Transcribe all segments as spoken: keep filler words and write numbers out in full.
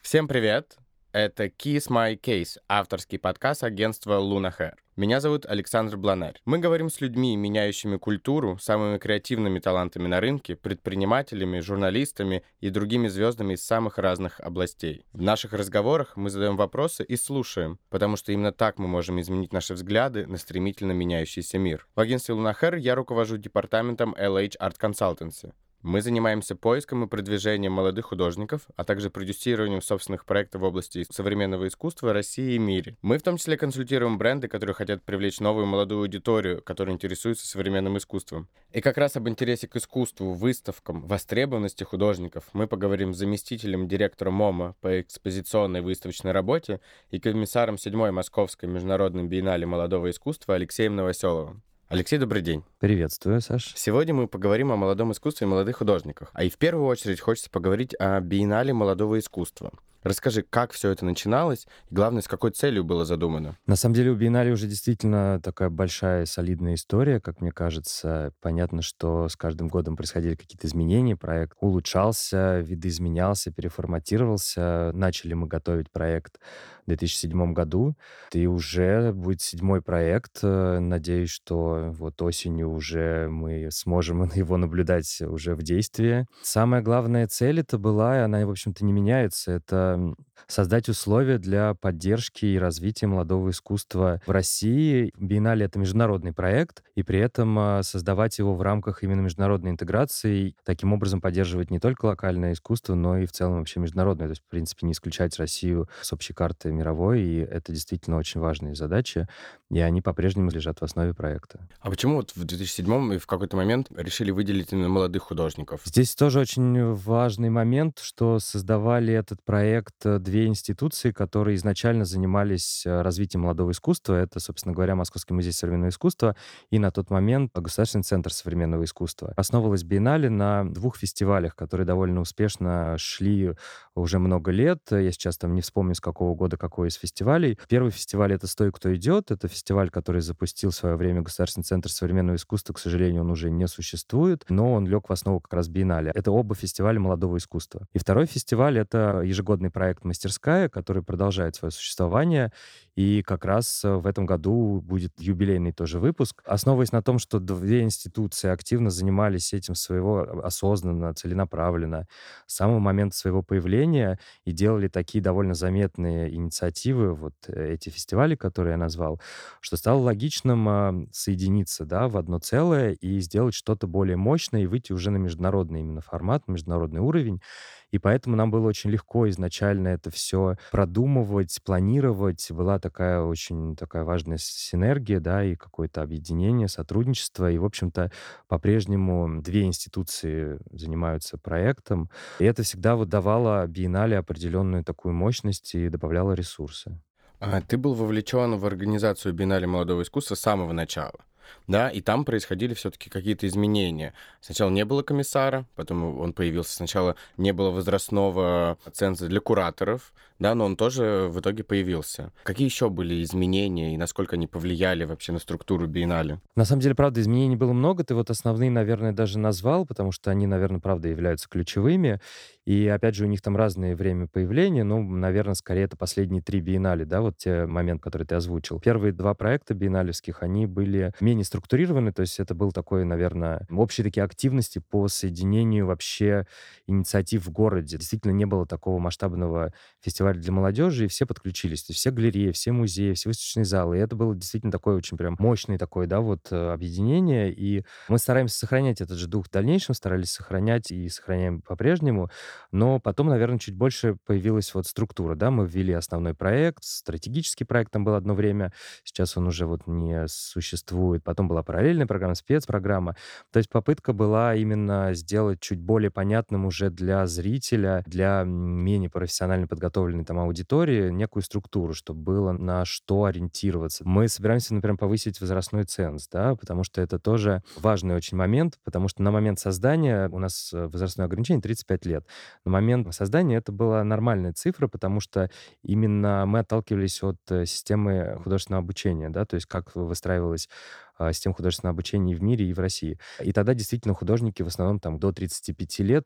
Всем привет! Это Kiss My Case, авторский подкаст агентства Luna Hair. Меня зовут Александр Бланарь. Мы говорим с людьми, меняющими культуру, самыми креативными талантами на рынке, предпринимателями, журналистами и другими звездами из самых разных областей. В наших разговорах мы задаем вопросы и слушаем, потому что именно так мы можем изменить наши взгляды на стремительно меняющийся мир. В агентстве Luna Hair я руковожу департаментом эл эйч Art Consultancy. Мы занимаемся поиском и продвижением молодых художников, а также продюсированием собственных проектов в области современного искусства в России и мире. Мы в том числе консультируем бренды, которые хотят привлечь новую молодую аудиторию, которая интересуется современным искусством. И как раз об интересе к искусству, выставкам, востребованности художников мы поговорим с заместителем директора МОМА по экспозиционной выставочной работе и комиссаром седьмой Московской международной биеннале молодого искусства Алексеем Новоселовым. Алексей, добрый день. Приветствую, Саш. Сегодня мы поговорим о молодом искусстве и молодых художниках. А и в первую очередь хочется поговорить о биеннале молодого искусства. Расскажи, как все это начиналось и, главное, с какой целью было задумано? На самом деле у биеннале уже действительно такая большая, солидная история, как мне кажется. Понятно, что с каждым годом происходили какие-то изменения, проект улучшался, видоизменялся, переформатировался. Начали мы готовить проект в две тысячи седьмом году, и уже будет седьмой проект. Надеюсь, что вот осенью уже мы сможем его наблюдать уже в действии. Самая главная цель это была, и она, в общем-то, не меняется, это создать условия для поддержки и развития молодого искусства в России. Биеннале — это международный проект, и при этом создавать его в рамках именно международной интеграции, таким образом поддерживать не только локальное искусство, но и в целом вообще международное. То есть, в принципе, не исключать Россию с общей карты мировой, и это действительно очень важные задачи, и они по-прежнему лежат в основе проекта. А почему вот в две тысячи седьмом и в какой-то момент решили выделить именно молодых художников? Здесь тоже очень важный момент, что создавали этот проект две институции, которые изначально занимались развитием молодого искусства. Это, собственно говоря, Московский музей современного искусства и на тот момент Государственный центр современного искусства. Основывалась биеннале на двух фестивалях, которые довольно успешно шли уже много лет. Я сейчас там не вспомню, с какого года какой из фестивалей. Первый фестиваль — это «Стой, кто идет». Это фестиваль, который запустил в свое время Государственный центр современного искусства. К сожалению, он уже не существует, но он лег в основу как раз биеннале. Это оба фестиваля молодого искусства. И второй фестиваль — это ежегодный проект «Мастерская», который продолжает свое существование. И как раз в этом году будет юбилейный тоже выпуск. Основываясь на том, что две институции активно занимались этим своего осознанно, целенаправленно, с самого момента своего появления и делали такие довольно заметные инициативы, вот эти фестивали, которые я назвал, что стало логичным соединиться, да, в одно целое и сделать что-то более мощное и выйти уже на международный именно формат, международный уровень. И поэтому нам было очень легко изначально это все продумывать, планировать. Была такая очень такая важная синергия, да, и какое-то объединение, сотрудничество. И, в общем-то, по-прежнему две институции занимаются проектом. И это всегда вот давало биеннале определенную такую мощность и добавляло ресурсы. А, ты был вовлечен в организацию биеннале молодого искусства с самого начала. Да, и там происходили все-таки какие-то изменения. Сначала не было комиссара, потом он появился. Сначала не было возрастного ценза для кураторов, да, но он тоже в итоге появился. Какие еще были изменения и насколько они повлияли вообще на структуру биеннале? На самом деле, правда, изменений было много. Ты вот основные, наверное, даже назвал, потому что они, наверное, правда являются ключевыми. И, опять же, у них там разное время появления. Ну, наверное, скорее это последние три биеннале, да, вот те моменты, которые ты озвучил. Первые два проекта биенналевских, они были менее структурированы, то есть это был такой, наверное, общие такие активности по соединению вообще инициатив в городе. Действительно, не было такого масштабного фестиваля для молодежи, и все подключились. То есть все галереи, все музеи, все выставочные залы. И это было действительно такое очень прям мощное такое, да, вот объединение. И мы стараемся сохранять этот же дух в дальнейшем, старались сохранять и сохраняем по-прежнему. Но потом, наверное, чуть больше появилась вот структура, да, мы ввели основной проект, стратегический проект там был одно время, сейчас он уже вот не существует. Потом была параллельная программа, спецпрограмма. То есть попытка была именно сделать чуть более понятным уже для зрителя, для менее профессионально подготовленной там аудитории некую структуру, чтобы было на что ориентироваться. Мы собираемся, например, повысить возрастной ценз, да, потому что это тоже важный очень момент, потому что на момент создания у нас возрастное ограничение тридцать пять лет. На момент создания это была нормальная цифра, потому что именно мы отталкивались от системы художественного обучения, да, то есть как выстраивалась систем художественного обучения и в мире, и в России. И тогда действительно художники в основном там до тридцати пяти лет, вот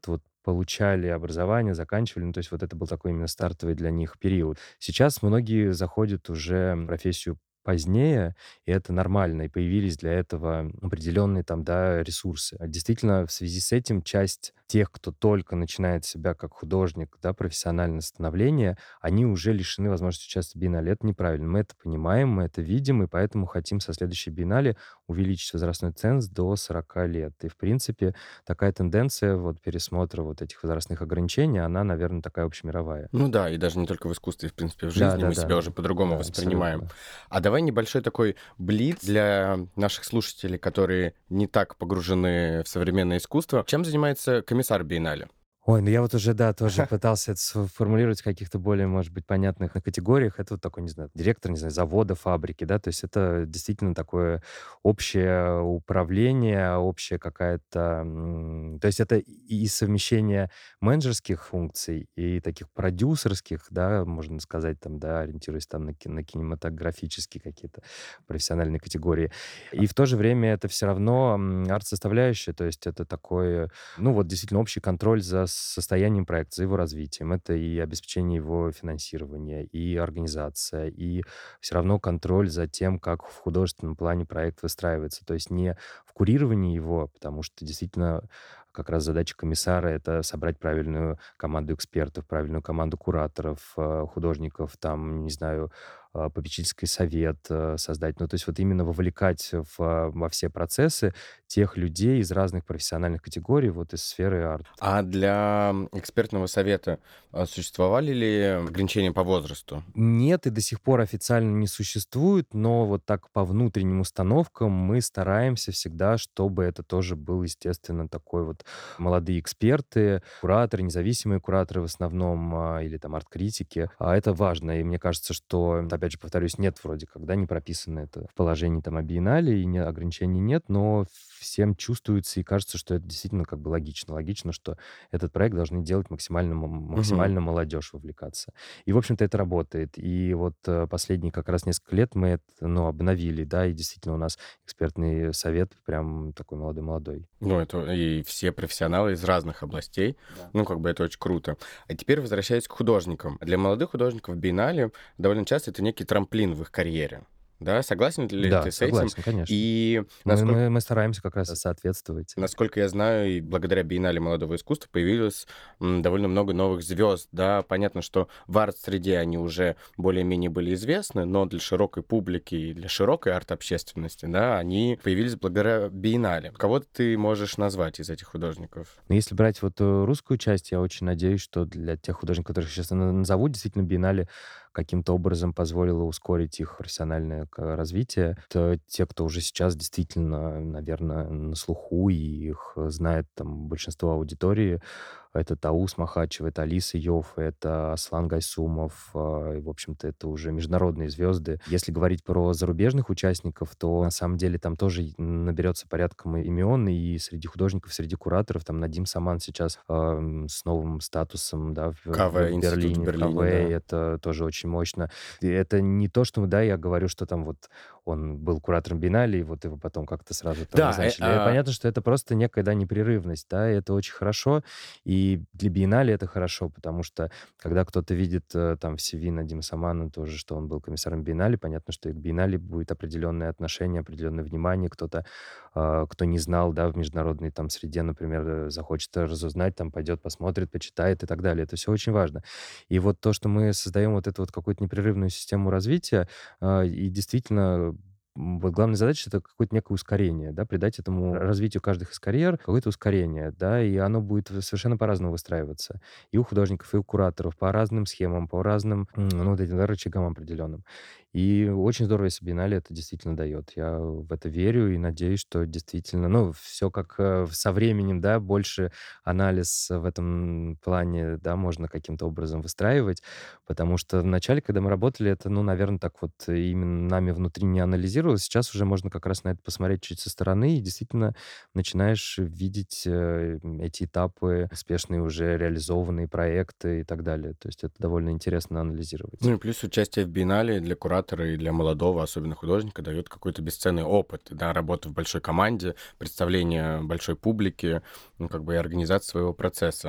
получали образование, заканчивали. Ну, то есть вот это был такой именно стартовый для них период. Сейчас многие заходят уже в профессию позднее, и это нормально, и появились для этого определенные там, да, ресурсы. А действительно, в связи с этим часть тех, кто только начинает себя как художник, да, профессиональное становление, они уже лишены возможности участвовать в биеннале. Это неправильно. Мы это понимаем, мы это видим, и поэтому хотим со следующей биеннале увеличить возрастной ценз до сорока лет. И, в принципе, такая тенденция вот пересмотра вот этих возрастных ограничений, она, наверное, такая общемировая. Ну да, и даже не только в искусстве, в принципе, в жизни мы Да-да-да, себя уже да, по-другому да, воспринимаем. абсолютно. А давай небольшой такой блиц для наших слушателей, которые не так погружены в современное искусство. Чем занимается комиссар биеннале? Ой, ну я вот уже, да, тоже пытался это сформулировать в каких-то более, может быть, понятных категориях. Это вот такой, не знаю, директор, не знаю, завода, фабрики, да, то есть это действительно такое общее управление, общая какая-то... м, То есть это и совмещение менеджерских функций, и таких продюсерских, да, можно сказать, там, да, ориентируясь там на, ки- на кинематографические какие-то профессиональные категории. И в то же время это все равно м, арт-составляющая, то есть это такое, ну вот действительно общий контроль за состоянием проекта, за его развитием. Это и обеспечение его финансирования, и организация, и все равно контроль за тем, как в художественном плане проект выстраивается. То есть не в курировании его, потому что действительно как раз задача комиссара — это собрать правильную команду экспертов, правильную команду кураторов, э, художников, там, не знаю, э, попечительский совет э, создать. Ну, то есть вот именно вовлекать в, э, во все процессы тех людей из разных профессиональных категорий, вот из сферы арт. А для м, экспертного совета а, существовали ли ограничения по возрасту? Нет, и до сих пор официально не существует, но вот так по внутренним установкам мы стараемся всегда, чтобы это тоже был, естественно, такой вот молодые эксперты, кураторы, независимые кураторы в основном, а, или там арт-критики. А это важно, и мне кажется, что, опять же, повторюсь, нет вроде как, да, не прописано это в положении там о биеннале, и не, ограничений нет, но всем чувствуется и кажется, что это действительно как бы логично. Логично, что этот проект должны делать максимально, м- Мгм. максимально молодежь вовлекаться. И, в общем-то, это работает. И вот э, последние как раз несколько лет мы это, ну, обновили, да, и действительно у нас экспертный совет прям такой молодой-молодой. Ну, это и все профессионалы из разных областей. Да. Ну, как бы это очень круто. А теперь возвращаясь к художникам. Для молодых художников биеннале довольно часто это некий трамплин в их карьере. Да, согласен ли Да, ты с этим? согласен, конечно. И Мы, насколько мы, мы стараемся как раз соответствовать. Насколько я знаю, и благодаря биеннале молодого искусства появилось м, довольно много новых звезд. Да, понятно, что в арт-среде они уже более-менее были известны, но для широкой публики и для широкой арт-общественности, да, они появились благодаря биеннале. Кого ты можешь назвать из этих художников? Но если брать вот э, русскую часть, я очень надеюсь, что для тех художников, которых сейчас на- назову, действительно биеннале каким-то образом позволило ускорить их профессиональное к- развитие. Это те, кто уже сейчас действительно, наверное, на слуху, и их э, знает там большинство аудитории. Это Таус Махачева, это Алиса Йофф, это Аслан Гайсумов. а, и, В общем-то, это уже международные звезды. Если говорить про зарубежных участников, то на самом деле там тоже и наберется порядком имен, и среди художников, среди кураторов, там Надим Саман сейчас ам, с новым статусом, да, в, в- КВ, в Институт в Берлине, в Берлине, КВ, да. это тоже очень мощно. И это не то, что, да, я говорю, что там вот он был куратором биеннале, и вот его потом как-то сразу там Да, э, назначили. Э, а, Понятно, что это просто некая, да, непрерывность, да, и это очень хорошо, и для биеннале это хорошо, потому что когда кто-то видит э, там в си ви Надима Самана тоже, что он был комиссаром биеннале, понятно, что и к биеннале будет определенное отношение, определенное внимание. Кто-то, а, кто не знал, да, в международной там среде, например, э, захочет разузнать, там пойдет, посмотрит, почитает и так далее. Это все очень важно. И вот то, что мы создаем вот эту вот какую-то непрерывную систему развития, а, и действительно м, вот главная задача — это какое-то некое ускорение, да, придать этому развитию каждых из карьер какое-то ускорение, да, и оно будет совершенно по-разному выстраиваться. И у художников, и у кураторов, по разным схемам, по разным, м, ну, вот этим, да, рычагам определенным. И очень здорово, если биеннале это действительно дает. Я в это верю и надеюсь, что действительно, ну, все как э, со временем, да, больше анализ в этом плане, да, можно каким-то образом выстраивать, потому что в начале, когда мы работали, это, ну, наверное, так вот именно нами внутри не анализировалось. Сейчас уже можно как раз на это посмотреть чуть со стороны, и действительно начинаешь видеть э, эти этапы, успешные уже реализованные проекты и так далее. То есть это довольно интересно анализировать. ну и плюс участие в биеннале для куратора и для молодого, особенно художника, дает какой-то бесценный опыт, да, работы в большой команде, представление большой публики, ну, как бы и организация своего процесса.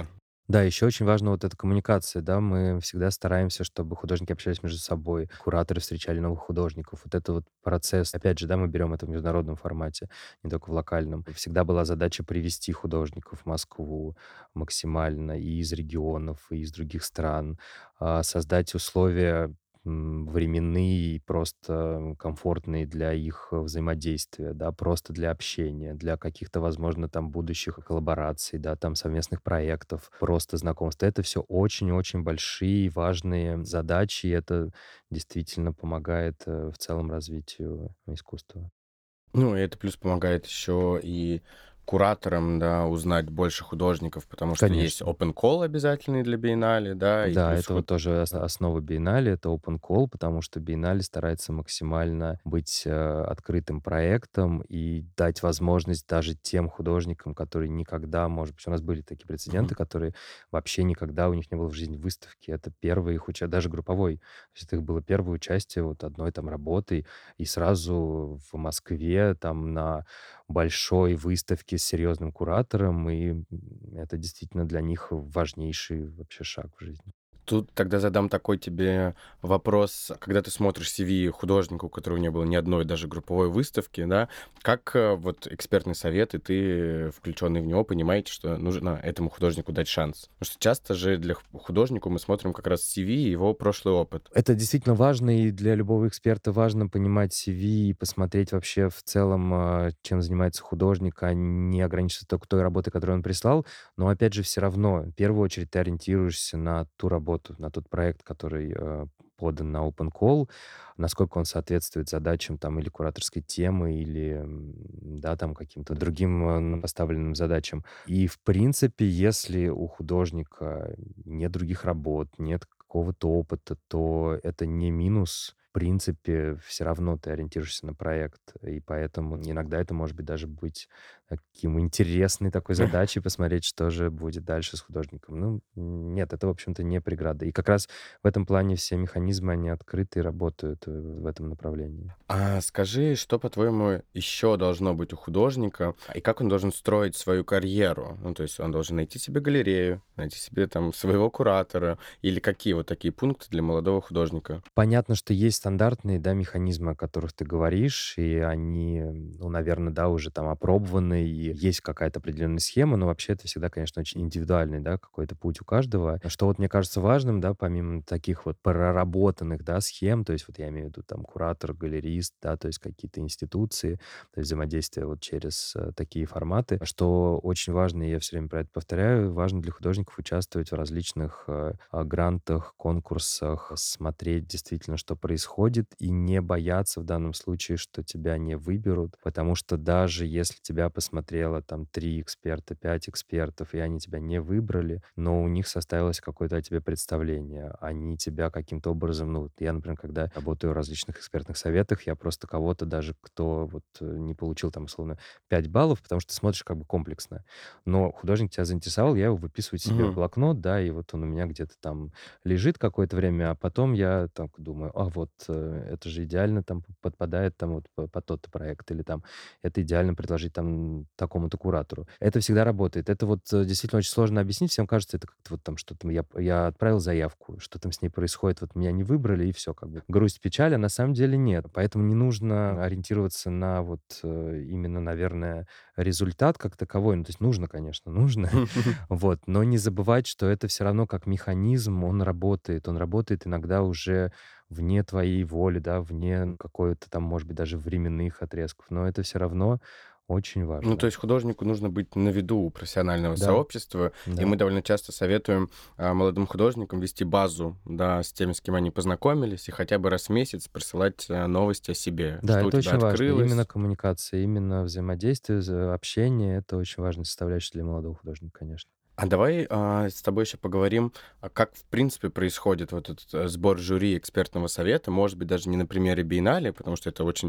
Да, еще очень важна вот эта коммуникация, да. Мы всегда стараемся, чтобы художники общались между собой, кураторы встречали новых художников. Вот это вот процесс, опять же, да, мы берем это в международном формате, не только в локальном. Всегда была задача привести художников в Москву максимально и из регионов, и из других стран, а, создать условия м, временные и просто комфортные для их э, взаимодействия, да, просто для общения, для каких-то, возможно, там будущих коллабораций, да, там совместных проектов, просто знакомств. Это все очень-очень большие, важные задачи, и это действительно помогает э, в целом развитию искусства. Ну, и это плюс помогает еще и кураторам, да, узнать больше художников, потому что есть Конечно. open call обязательный для биеннале, да, и Да, плюс это вот худ... тоже ос основа биеннале — это open call, потому что биеннале старается максимально быть, э, открытым проектом и дать возможность даже тем художникам, которые никогда, может быть, у нас были такие Мгм. прецеденты, которые вообще никогда у них не было в жизни выставки. Это первое их уча даже групповой. То есть это их было первое участие вот одной там работы, и сразу в Москве там на большой выставке с серьезным куратором, и, м, это действительно для них важнейший вообще шаг в жизни. Тут тогда задам такой тебе вопрос. Когда ты смотришь си ви художника, у которого не было ни одной даже групповой выставки, да, как э, вот экспертный совет, и ты, включенный в него, понимаете, что нужно этому художнику дать шанс? Потому что часто же для ху- художника мы смотрим как раз си ви и его прошлый опыт. Это действительно важно, и для любого эксперта важно понимать си ви и посмотреть вообще в целом, а, чем занимается художник, а не ограничиться только той работой, которую он прислал. Но опять же, все равно, в первую очередь, ты ориентируешься на ту работу, на тот проект, который э, подан на open call, насколько он соответствует задачам там или кураторской темы, или м, да, там каким-то другим э, поставленным задачам. И, в принципе, если у художника нет других работ, нет какого-то опыта, то это не минус. В принципе, все равно ты ориентируешься на проект, и поэтому иногда это может быть даже быть таким интересной такой задачей посмотреть, что же будет дальше с художником. Ну, нет, это, в общем-то, не преграда. И как раз в этом плане все механизмы, они открыты и работают э, в этом направлении. А скажи, что, по-твоему, еще должно быть у художника, и как он должен строить свою карьеру? Ну, то есть он должен найти себе галерею, найти себе там своего куратора, или какие вот такие пункты для молодого художника? Понятно, что есть стандартные, да, механизмы, о которых ты говоришь, и они, ну, наверное, да, уже там опробованы, и есть какая-то определенная схема, но вообще это всегда, конечно, очень индивидуальный, да, какой-то путь у каждого. Что вот мне кажется важным, да, помимо таких вот проработанных, да, схем, то есть вот я имею в виду там куратор, галерист, да, то есть какие-то институции, то есть взаимодействие вот через э, такие форматы, что очень важно, и я все время про это повторяю, важно для художников участвовать в различных э, а, грантах, конкурсах, смотреть действительно, что происходит, и не бояться в данном случае, что тебя не выберут, потому что даже если тебя посмотрело там три эксперта, пять экспертов, и они тебя не выбрали, но у них составилось какое-то о тебе представление, они тебя каким-то образом, ну, вот я, например, когда работаю в различных экспертных советах, я просто кого-то даже, кто вот э, не получил там, условно, пять баллов, потому что ты смотришь как бы комплексно, но художник тебя заинтересовал, я его выписываю себе в Мгм. блокнот, да, и вот он у меня где-то там лежит какое-то время, а потом я так думаю: "А вот, э, это же идеально там п подпадает там вот по под тот-то проект", или там: "Это идеально предложить там такому-то куратору". Это всегда работает. Это вот, э, действительно очень сложно объяснить. Всем кажется, это как-то вот там что-то я я отправил заявку, что там с ней происходит, вот меня не выбрали, и все как бы. Грусть, печаль, а на самом деле нет. Поэтому не нужно ориентироваться на вот, э, именно, наверное, результат как таковой. Ну, то есть нужно, конечно, нужно. Вот, но не забывать, что это все равно как механизм, он работает. Он работает иногда уже вне твоей воли, да, вне какой-то там, может быть, даже временных отрезков, но это все равно очень Ну, то важно. есть художнику нужно быть на виду у профессионального Да, сообщества, и да. мы довольно часто советуем а, молодым художникам вести базу, да, с теми, с кем они познакомились, и хотя бы раз в месяц присылать а, новости о себе, Да, что у это тебя очень важно. Именно открылось. коммуникация, именно взаимодействие, за общение — это очень важная составляющая для молодого художника, конечно. А давай а, с тобой еще поговорим, а как в принципе происходит вот этот э, сбор жюри экспертного совета, может быть, даже не на примере биеннале, потому что это очень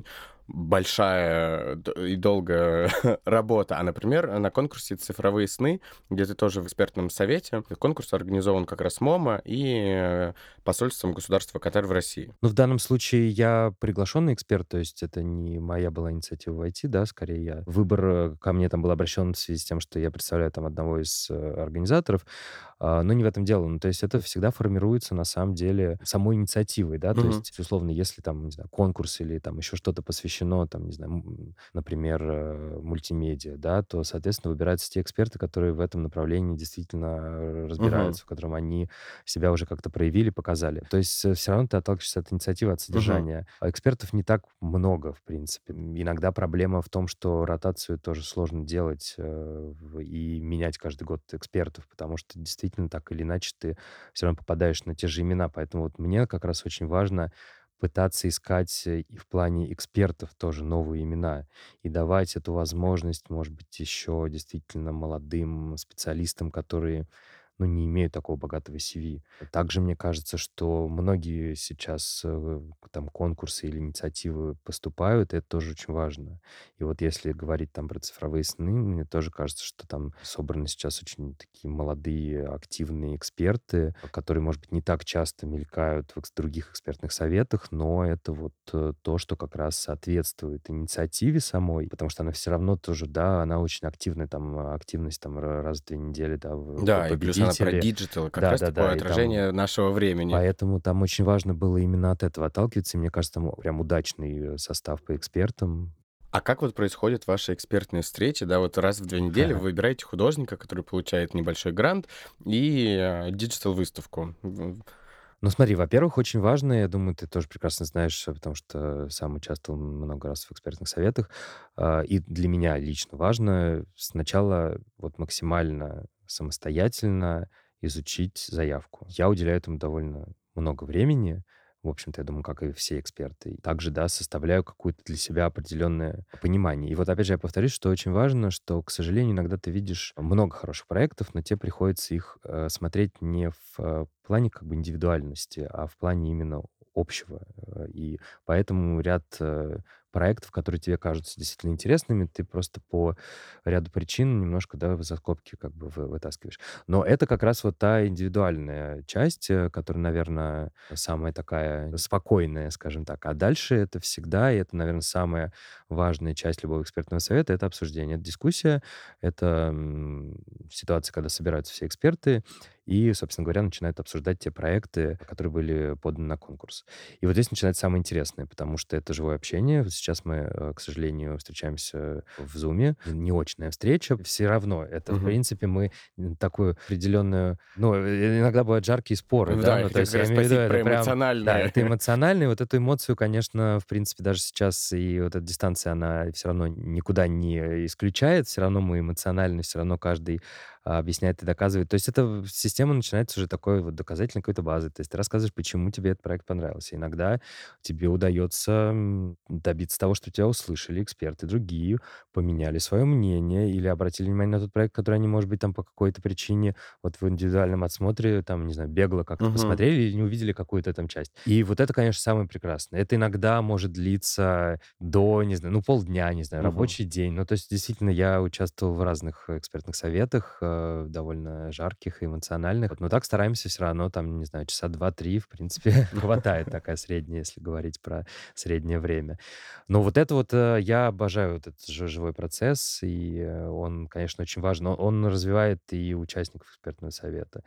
большая д и долгая работа. А, например, на конкурсе "Цифровые сны", где ты тоже в экспертном совете, конкурс организован как раз МОМА и э, посольством государства Катар в России. Ну, в данном случае я приглашенный эксперт, то есть это не моя была инициатива войти, да, скорее я выбор э, ко мне там был обращен в связи с тем, что я представляю там одного из э, организаторов, а, но не в этом дело. Ну, то есть это всегда формируется на самом деле самой инициативой, да, то Мгм. есть, условно, если там, не знаю, конкурс или там еще что-то посвящено, там, не знаю, м, например, э, мультимедиа, да, то, соответственно, выбираются те эксперты, которые в этом направлении действительно э, Мгм. разбираются, в котором они себя уже как-то проявили, показали. То есть все равно ты отталкиваешься от инициативы, от Мгм. содержания. А экспертов не так много, в принципе. М, Иногда проблема в том, что ротацию тоже сложно делать э, в- и менять каждый год экспертов, потому что действительно так или иначе ты все равно попадаешь на те же имена. Поэтому вот мне как раз очень важно пытаться искать э, и в плане экспертов тоже новые имена и давать эту возможность, может быть, еще действительно молодым специалистам, которые ну, не имеют такого богатого C V. Также мне кажется, что многие сейчас э, там конкурсы или инициативы поступают, и это тоже очень важно. И вот если говорить там про цифровые сны, мне тоже кажется, что там собраны сейчас очень такие молодые, активные эксперты, которые, может быть, не так часто мелькают в экс- других экспертных советах, но это вот э, то, что как раз соответствует инициативе самой, потому что она все равно тоже, да, она очень активная, там, а, активность там ра- раз в две недели, да, в п- Да, и плюс она про победители. диджитал, как раз такое Да-да-да, и там отражение нашего времени. поэтому там очень важно было именно от этого отталкиваться. И мне кажется, там прям удачный э, состав по экспертам. А как вот происходят ваши экспертные встречи? Да, вот раз в две недели вы выбираете художника, который получает небольшой грант, и э, диджитал-выставку. В Ну, смотри, во-первых, очень важно, я думаю, ты тоже прекрасно знаешь, э, потому что сам участвовал много раз в экспертных советах, а, и для меня лично важно сначала вот максимально самостоятельно изучить заявку. Я уделяю этому довольно много времени, в общем-то, я думаю, как и все эксперты. И также, да, составляю какое-то для себя определенное понимание. И вот опять же я повторюсь, что очень важно, что, к сожалению, иногда ты видишь много хороших проектов, но тебе приходится их э, смотреть не в э, плане как бы индивидуальности, а в плане именно общего. Э, И поэтому ряд э, проектов, которые тебе кажутся действительно интересными, ты просто по ряду причин немножко, да, за скобки как бы вы- вытаскиваешь. Но это как раз вот та индивидуальная часть, э, которая, наверное, самая такая спокойная, скажем так. А дальше это всегда, и это, наверное, самая важная часть любого экспертного совета, это обсуждение, это дискуссия, это м, ситуация, когда собираются все эксперты и, собственно говоря, начинают обсуждать те проекты, которые были поданы на конкурс. И вот здесь начинается самое интересное, потому что это живое общение. Вот сейчас мы, э, к сожалению, встречаемся в Зуме. Неочная встреча. Все равно это, в Мгм. принципе, мы м, такую определенную... Ну, э, иногда бывают жаркие споры, да, Да, я ну, то хотел есть как я раз имею в виду, спросить это про прям... Да, эмоциональное. это эмоционально, и вот эту эмоцию, конечно, в принципе, даже сейчас и вот эта дистанция, она все равно никуда не исключает, все равно мы эмоционально, все равно каждый а, объясняет и доказывает. То есть эта система начинается уже такой вот доказательной какой-то базы. То есть ты рассказываешь, почему тебе этот проект понравился. Иногда тебе удается м, добиться того, что тебя услышали эксперты другие, поменяли свое мнение или обратили внимание на тот проект, который они, может быть, там по какой-то причине вот в индивидуальном отсмотре, там, не знаю, бегло как-то Мгм. посмотрели или не увидели какую-то там часть. И вот это, конечно, самое прекрасное. Это иногда может длиться до, не знаю, ну, полдня, не знаю, Мгм. рабочий день. Ну, то есть, действительно, я участвовал в разных экспертных советах, э, довольно жарких и эмоциональных. Вот, но так стараемся все равно, там, не знаю, часа два-три, в принципе, хватает такая средняя, если говорить про среднее время. Но вот это вот, э, я обожаю вот этот жи живой процесс, и, э, он, конечно, очень важен. Он он развивает и участников экспертного совета,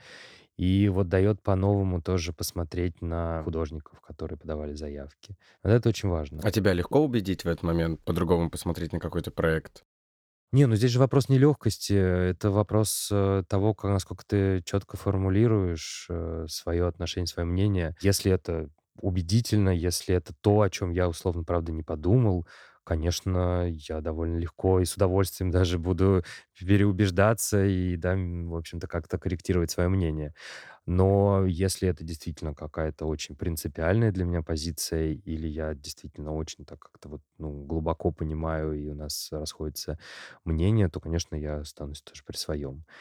и вот дает по-новому тоже посмотреть на художников, которые подавали заявки. Вот это очень важно. А тебя легко убедить в этот момент по-другому посмотреть на какой-то проект? Не, ну здесь же вопрос не легкости, это вопрос э, того, как, насколько ты четко формулируешь э, свое отношение, свое мнение. Если это убедительно, если это то, о чем я условно, правда, не подумал, конечно, я довольно легко и с удовольствием даже буду переубеждаться и, да, м, в общем-то, как-то корректировать свое мнение. Но если это действительно какая-то очень принципиальная для меня позиция, или я действительно очень так как-то вот, ну, глубоко понимаю, и у нас расходятся мнения, то, конечно, я останусь тоже при своем.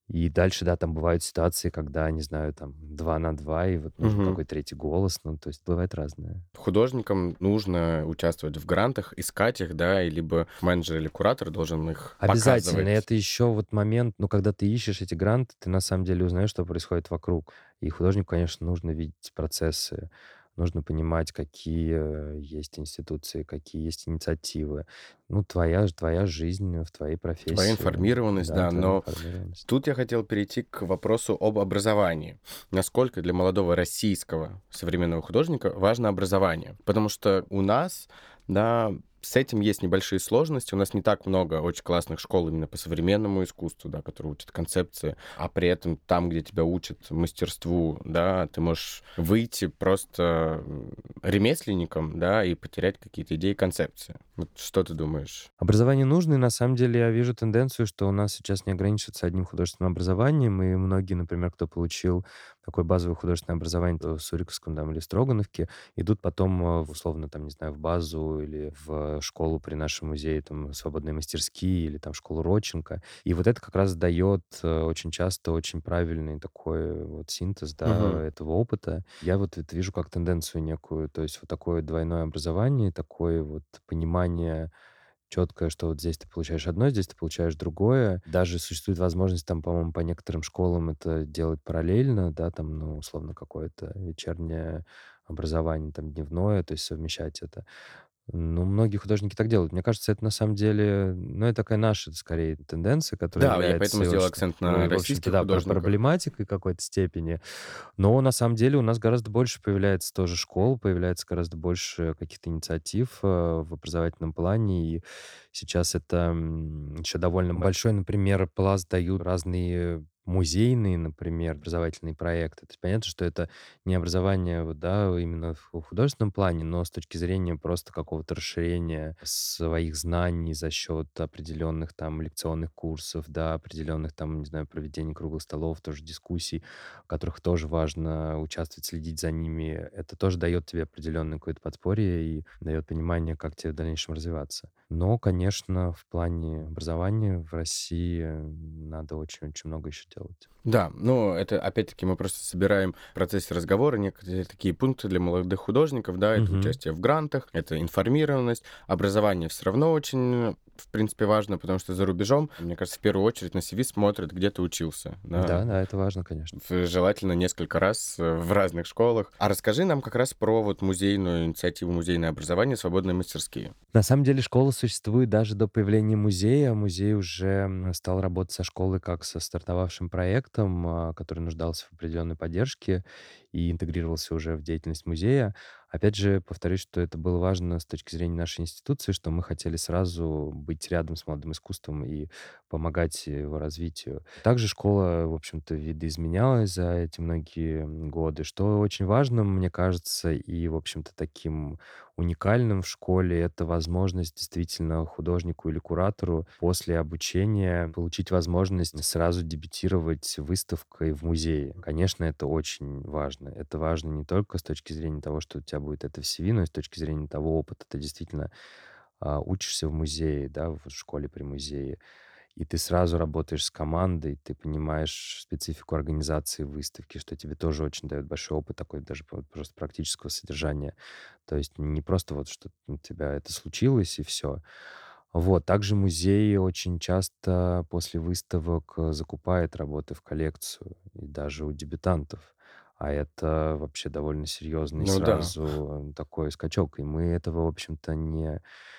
И дальше, да, там бывают ситуации, когда, не знаю, там два на два, и вот нужен Мгм. какой-то третий голос. Ну, то есть бывает разное. Художникам нужно участвовать в грантах, искать их, да, и либо менеджер или куратор должен их Обязательно. показывать. Это еще вот момент, ну, когда ты ищешь эти гранты, ты на самом деле узнаешь, что происходит вокруг. И художнику, конечно, нужно видеть процессы, нужно понимать, какие есть институции, какие есть инициативы. Ну, твоя, ж- твоя жизнь в твоей Твоя профессии, информированность, да, да, твоя но информированность. тут я хотел перейти к вопросу об образовании. Насколько для молодого российского современного художника важно образование? Потому что у нас, да, с этим есть небольшие сложности. У нас не так много очень классных школ именно по современному искусству, да, которые учат концепции, а при этом там, где тебя учат мастерству, да, ты можешь выйти просто м, ремесленником, да, и потерять какие-то идеи, концепции. Вот что ты думаешь? Образование нужно, и на самом деле я вижу тенденцию, что у нас сейчас не ограничивается одним художественным образованием, и многие, например, кто получил такое базовое художественное образование то в Суриковском там, или Строгановке, идут потом, э, в, условно, там, не знаю, в базу или в школу при нашем музее, там, свободные мастерские или там школу Родченко. И вот это как раз дает э, очень часто очень правильный такой вот синтез, да, Мгм. этого опыта. Я вот это вижу как тенденцию некую, то есть вот такое двойное образование, такое вот понимание четкое, что вот здесь ты получаешь одно, здесь ты получаешь другое. Даже существует возможность там, по-моему, по некоторым школам это делать параллельно, да, там, ну, условно, какое-то вечернее образование, там, дневное, то есть совмещать это. Ну, многие художники так делают. Мне кажется, это на самом деле, ну, это такая наша, скорее, тенденция, которая Да, я поэтому является, и, в сделал общем- акцент ну, на и, в общем-то, российских да, пр- художниках. проблематикой какой-то степени. Но на самом деле у нас гораздо больше появляется тоже школ, появляется гораздо больше каких-то инициатив э, в образовательном плане. И сейчас это еще довольно большой, например, пласт дают разные музейные, например, образовательные проекты. То есть понятно, что это не образование, вот, да, именно в художественном плане, но с точки зрения просто какого-то расширения своих знаний за счет определенных там лекционных курсов, да, определенных там, не знаю, проведения круглых столов, тоже дискуссий, в которых тоже важно участвовать, следить за ними. Это тоже дает тебе определенное какое-то подспорье и дает понимание, как тебе в дальнейшем развиваться. Но, конечно, в плане образования в России надо очень-очень много еще делать. Да, ну, это, опять-таки, мы просто собираем в процессе разговора некоторые такие пункты для молодых художников, да, это Мгм. участие в грантах, это информированность, образование все равно очень, в принципе, важно, потому что за рубежом, мне кажется, в первую очередь на си ви смотрят, где ты учился, да, Да, да, это важно, конечно. в- желательно несколько раз э, в разных школах. А расскажи нам как раз про вот музейную инициативу «Музейное образование. Свободные мастерские». На самом деле школа существует даже до появления музея. Музей уже м, стал работать со школой как со стартовавшим проектом, а, который нуждался в определенной поддержке и интегрировался уже в деятельность музея. Опять же, повторюсь, что это было важно с точки зрения нашей институции, что мы хотели сразу быть рядом с молодым искусством и помогать его развитию. Также школа, в общем-то, видоизменялась за эти многие годы, что очень важно, мне кажется, и, в общем-то, таким уникальным в школе — это возможность действительно художнику или куратору после обучения получить возможность сразу дебютировать выставкой в музее. Конечно, это очень важно. Это важно не только с точки зрения того, что у тебя будет это в си ви, но и с точки зрения того опыта. Ты действительно а, учишься в музее, да, в школе при музее, и ты сразу работаешь с командой, ты понимаешь специфику организации выставки, что тебе тоже очень дает большой опыт такой даже по- просто практического содержания. То есть не просто вот что у тебя это случилось и все. Вот. Также музей очень часто после выставок э, закупает работы в коллекцию, и даже у дебютантов. А это вообще довольно серьезный Ну да. сразу э, такой скачок. И мы этого, в общем-то, не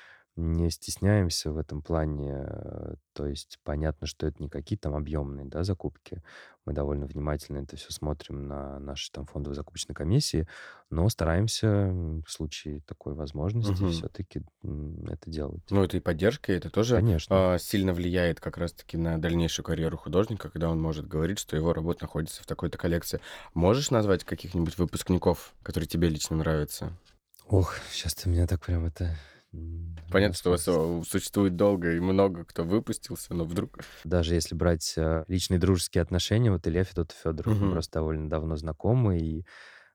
не стесняемся в этом плане. э, То есть понятно, что это не какие-то там объемные, да, закупки. Мы довольно внимательно это все смотрим на нашей там фондовой закупочной комиссии, но стараемся м, в случае такой возможности Мгм. все-таки это делать. Ну, это и поддержка, и это тоже Конечно. а, сильно влияет как раз-таки на дальнейшую карьеру художника, когда он может говорить, что его работа находится в такой-то коллекции. Можешь назвать каких-нибудь выпускников, которые тебе лично нравятся? Ох, сейчас ты меня так прям это м, Понятно, что у вас рассказ- о, существует долго и много кто выпустился, но вдруг... Даже если брать э, личные дружеские отношения, вот Илья Федотов Федоров, мы Мгм. просто довольно давно знакомы, и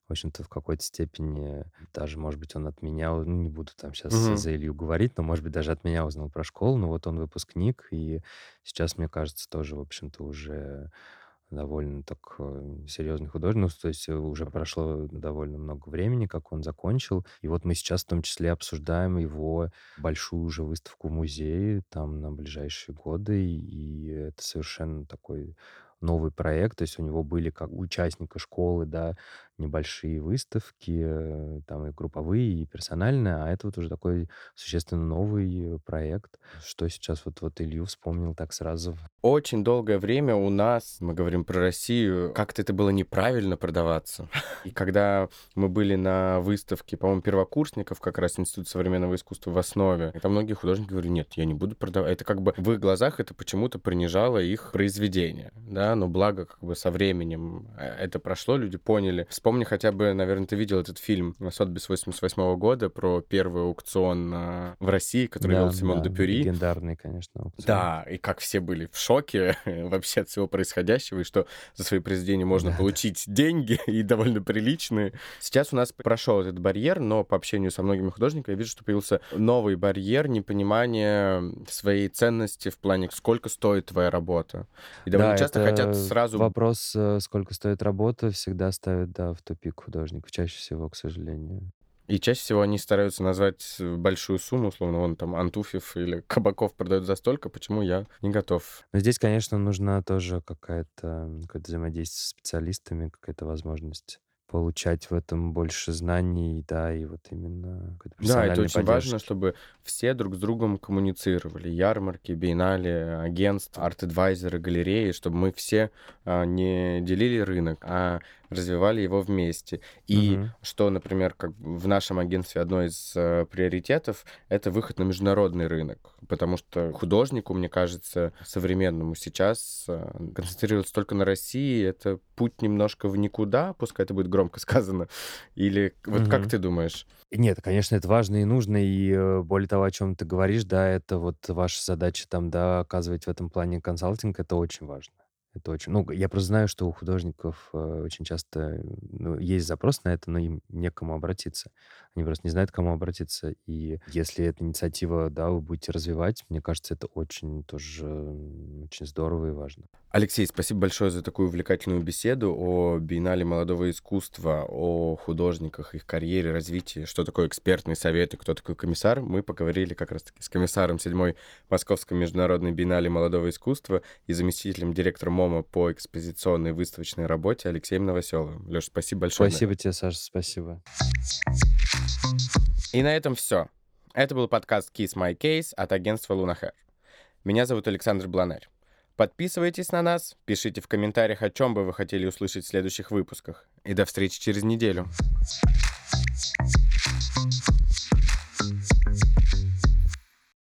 В общем-то, в какой-то степени даже, может быть, он от меня, у- ну, не буду там сейчас Мгм. за Илью говорить, но, может быть, даже от меня узнал про школу. Но вот он выпускник, и сейчас, мне кажется, тоже, в общем-то, уже довольно так э, серьезный художник. Ну, то есть э, уже прошло довольно много времени, как он закончил. И вот мы сейчас в том числе обсуждаем его большую уже выставку в музее там на ближайшие годы. И это совершенно такой новый проект. То есть у него были как у участника школы, да, небольшие выставки, э, там и групповые, и персональные, а это вот уже такой существенно новый э, проект. Что сейчас вот, вот Илью вспомнил так сразу. Очень долгое время у нас, мы говорим про Россию, как-то это было неправильно продаваться. И когда мы были на выставке, по-моему, первокурсников, как раз Институт современного искусства в основе, и там многие художники говорили, нет, я не буду продавать. Это как бы в их глазах это почему-то принижало их произведение, да, но благо как бы со временем э, это прошло, люди поняли. Вспомни хотя бы, наверное, ты видел этот фильм «Сотбис» восемьдесят восьмого года про первый аукцион э, в России, который вел Да, Симон да, Дюпюри. легендарный, конечно, аукцион. Да, и как все были в шоке вообще от всего происходящего, и что за свои произведения можно Да, да. получить деньги, и довольно приличные. Сейчас у нас прошел этот барьер, но по общению со многими художниками я вижу, что появился новый барьер непонимания своей ценности в плане, сколько стоит твоя работа. И довольно Да, часто хотят это сразу. вопрос, э, сколько стоит работа, всегда ставит, да, в тупик художников, чаще всего, к сожалению. И чаще всего они стараются назвать э, большую сумму, условно, вон там Антуфьев или Кабаков продают за столько, почему я не готов. Но здесь, конечно, нужна тоже какая-то, какое-то взаимодействие с специалистами, какая-то возможность получать в этом больше знаний, да, и вот именно какой-то Да, это профессиональной очень важно, поддержки. чтобы все друг с другом коммуницировали. Ярмарки, биеннале, агентства, арт-эдвайзеры, галереи, чтобы мы все а, не делили рынок, а развивали его вместе. И Мгм. что, например, как в нашем агентстве одно из э, приоритетов — это выход на международный рынок. Потому что художнику, мне кажется, современному сейчас э, концентрироваться только на России — это путь немножко в никуда, пускай это будет громко сказано. Или вот как Мгм. ты думаешь? Нет, конечно, это важно и нужно, и э, более того, о чем ты говоришь, да, это вот ваша задача там, да, оказывать в этом плане консалтинг, это очень важно. Это очень, ну, я просто знаю, что у художников э, очень часто, э, ну, есть запрос на это, но им некому обратиться. Они просто не знают, к кому обратиться. И если эта инициатива, да, вы будете развивать, мне кажется, это очень тоже м, очень здорово и важно. Алексей, спасибо большое за такую увлекательную беседу о биеннале молодого искусства, о художниках, их карьере, развитии, что такое экспертный совет и кто такой комиссар. Мы поговорили как раз-таки с комиссаром седьмой Московской международной биеннале молодого искусства и заместителем директора МОМА по экспозиционной выставочной работе Алексеем Новоселовым. Леш, спасибо большое. Спасибо тебе, Саша, спасибо. И на этом все. Это был подкаст Kiss My Case от агентства Лунахэр. Меня зовут Александр Бланарь. Подписывайтесь на нас, пишите в комментариях, о чем бы вы хотели услышать в следующих выпусках. И до встречи через неделю.